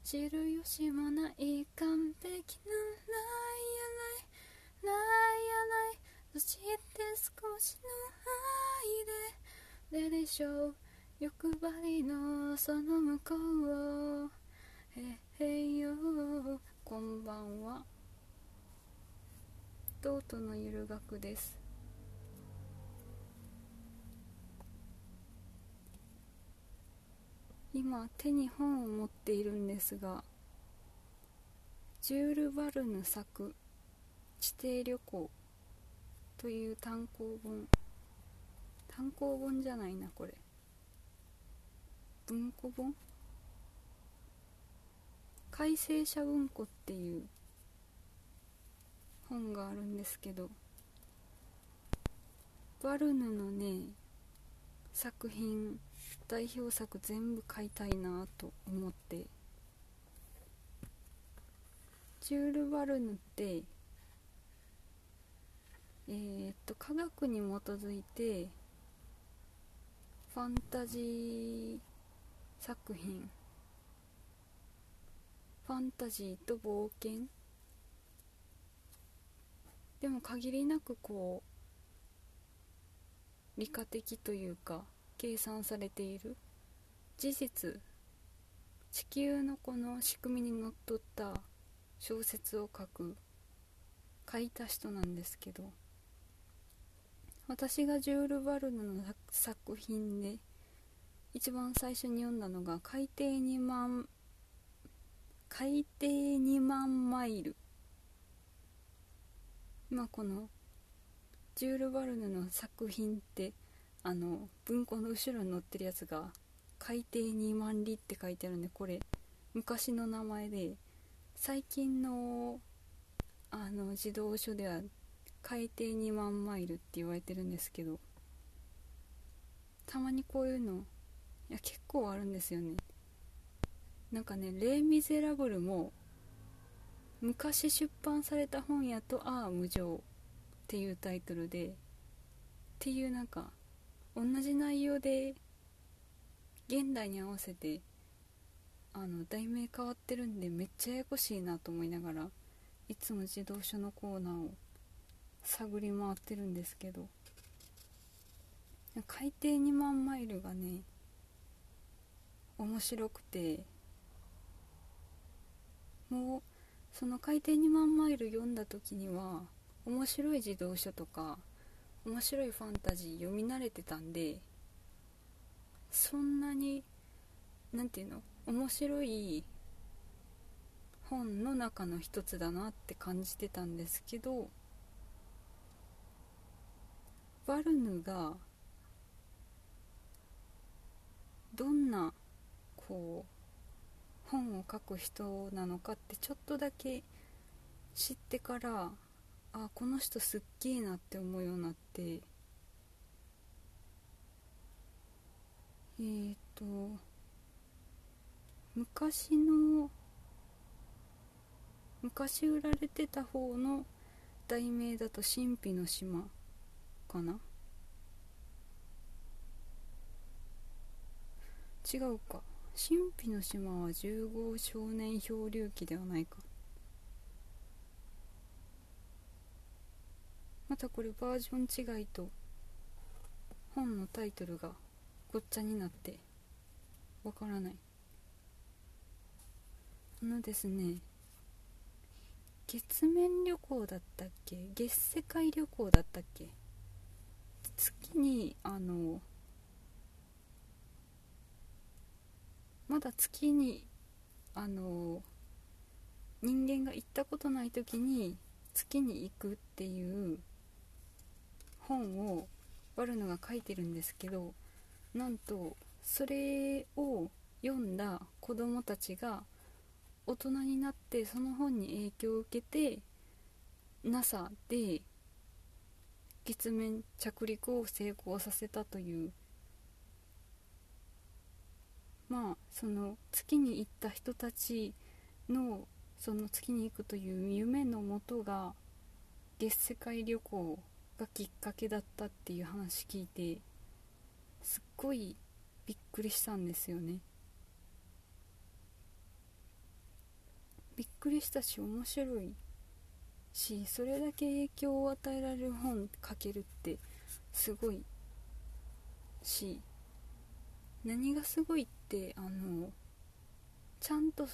知る由もない完璧なライアライライアライ、そして少しの愛ででしょう、欲張りのその向こうを、へへよ。こんばんは、トートのゆる学です。今手に本を持っているんですが、ジュール・バルヌ作地底旅行という単行本じゃないな、これ文庫本、改正者文庫っていう本があるんですけど、バルヌのね作品、代表作全部買いたいなと思って。ジュール・バルヌって科学に基づいてファンタジー作品、ファンタジーと冒険でも限りなくこう理科的というか計算されている事実、地球のこの仕組みにのっとった小説を書いた人なんですけど、私がジュール・バルヌの作品で一番最初に読んだのが海底2万マイル。今このジュール・バルヌの作品って文庫の後ろに載ってるやつが海底2万里って書いてあるんで、これ昔の名前で、最近の児童書では海底2万マイルって言われてるんですけど、たまにこういうの結構あるんですよね。なんかね、レイ・ミゼラブルも昔出版された本やと無情っていうタイトルでっていう、なんか同じ内容で現代に合わせて題名変わってるんで、めっちゃややこしいなと思いながらいつも児童書のコーナーを探り回ってるんですけど、海底2万マイルがね面白くて、もうその海底2万マイル読んだ時には面白い児童書とか面白いファンタジー読み慣れてたんで、そんなになんていうの、面白い本の中の一つだなって感じてたんですけど、バルヌがどんなこう本を書く人なのかってちょっとだけ知ってから、この人すっげえなって思うようになって、昔売られてた方の題名だと神秘の島かな、違うか、神秘の島は15少年漂流記ではないか。またこれバージョン違いと本のタイトルがごっちゃになってわからない。ですね、月面旅行だったっけ、月世界旅行だったっけ、月にまだ月に人間が行ったことない時に月に行くっていう本をバルヌが書いてるんですけど、なんとそれを読んだ子供たちが大人になってその本に影響を受けて NASA で月面着陸を成功させたという、その月に行った人たちのその月に行くという夢のもとが月世界旅行がきっかけだったっていう話聞いて、すっごいびっくりしたんですよね。 びっくりしたし面白いし、それだけ影響を与えられる本書けるってすごいし、何がすごいってちゃんと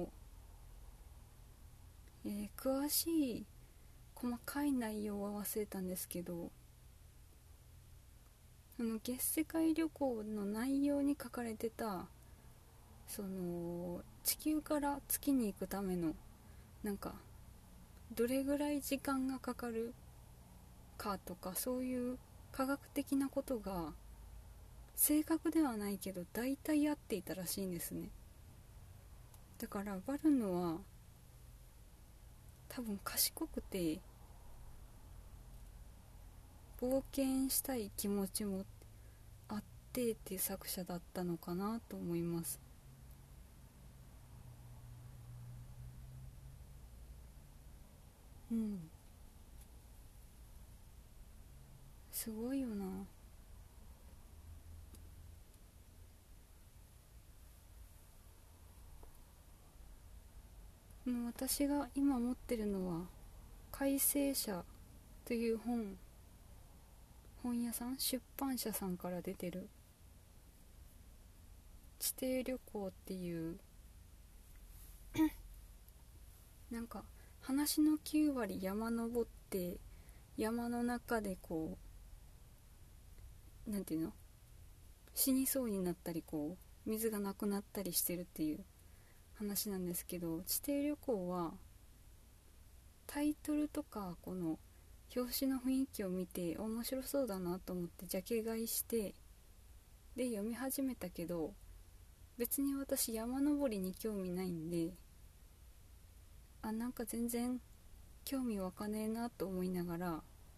詳しい細かい内容は忘れたんですけど、月世界旅行の内容に書かれてた地球から月に行くためのなんかどれぐらい時間がかかるかとか、そういう科学的なことが正確ではないけど大体合っていたらしいんですね。だからバルヌは多分賢くて冒険したい気持ちもあってっていう作者だったのかなと思います。うん、すごいよな。私が今持ってるのは改正者という本屋さん、出版社さんから出てる地底旅行っていうなんか話の9割山登って山の中でなんていうの、死にそうになったり水がなくなったりしてるっていう話なんですけど、地底旅行はタイトルとかこの表紙の雰囲気を見て面白そうだなと思ってジャケ買いしてで読み始めたけど、別に私山登りに興味ないんで、なんか全然興味湧かねえなと思いながら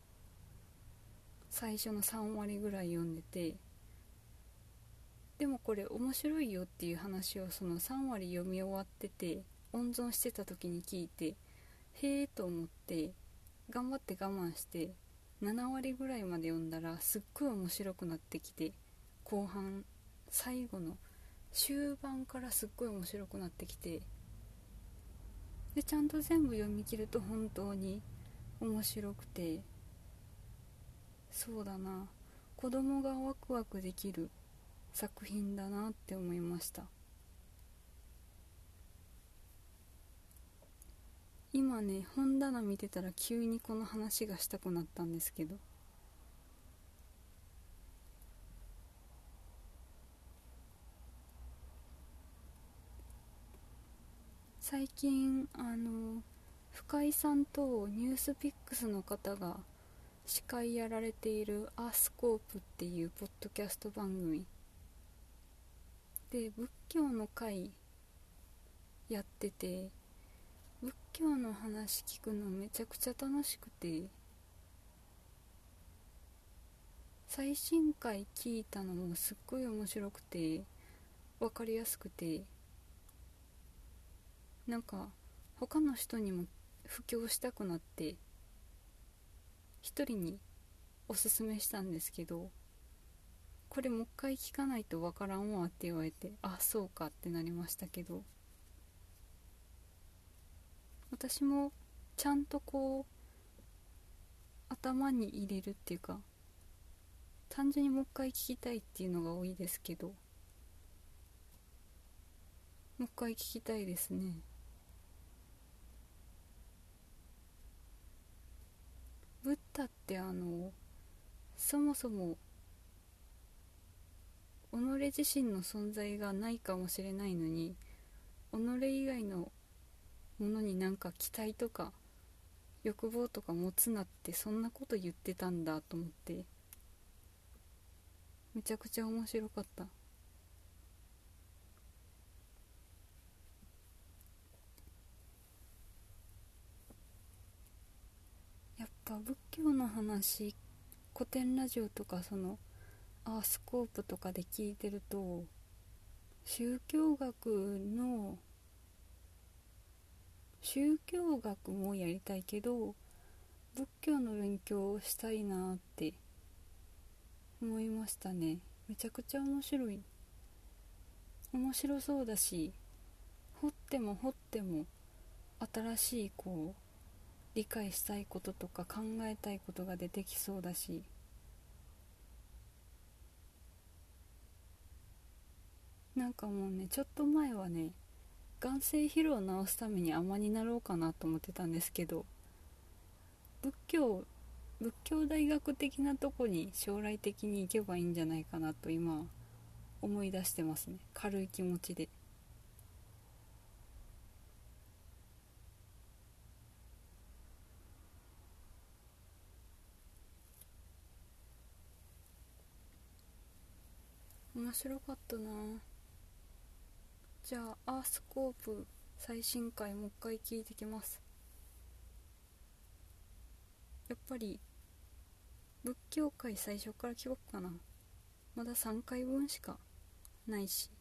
最初の3割ぐらい読んでて、でもこれ面白いよっていう話をその3割読み終わってて温存してた時に聞いて、へえと思って頑張って我慢して7割ぐらいまで読んだらすっごい面白くなってきて、後半最後の終盤からすっごい面白くなってきて、でちゃんと全部読み切ると本当に面白くて、そうだな、子供がワクワクできる作品だなって思いました。今ね、本棚見てたら急にこの話がしたくなったんですけど、最近深井さんとニュースピックスの方が司会やられているアースコープっていうポッドキャスト番組で仏教の会やってて、仏教の話聞くのめちゃくちゃ楽しくて、最新回聞いたのもすっごい面白くて分かりやすくて、なんか他の人にも布教したくなって一人におすすめしたんですけど、これもう一回聞かないと分からんわって言われて、あ、そうかってなりましたけど、私もちゃんと頭に入れるっていうか、単純にもう一回聞きたいっていうのが多いですけど、もう一回聞きたいですね。ブッダってそもそも己自身の存在がないかもしれないのに、己以外のものになんか期待とか欲望とか持つなって、そんなこと言ってたんだと思って、めちゃくちゃ面白かった。やっぱ仏教の話、古典ラジオとかアースコープとかで聞いてると、の宗教学もやりたいけど仏教の勉強をしたいなって思いましたね。めちゃくちゃ面白そうだし、掘っても掘っても新しい理解したいこととか考えたいことが出てきそうだし、なんかもうね、ちょっと前はね、眼性疲労を治すために尼になろうかなと思ってたんですけど、仏教仏教大学的なとこに将来的に行けばいいんじゃないかなと今思い出してますね、軽い気持ちで。面白かったな。じゃあアースコープ最新回もう一回聞いてきます。やっぱり仏教界最初から聞こうかな。まだ3回分しかないし。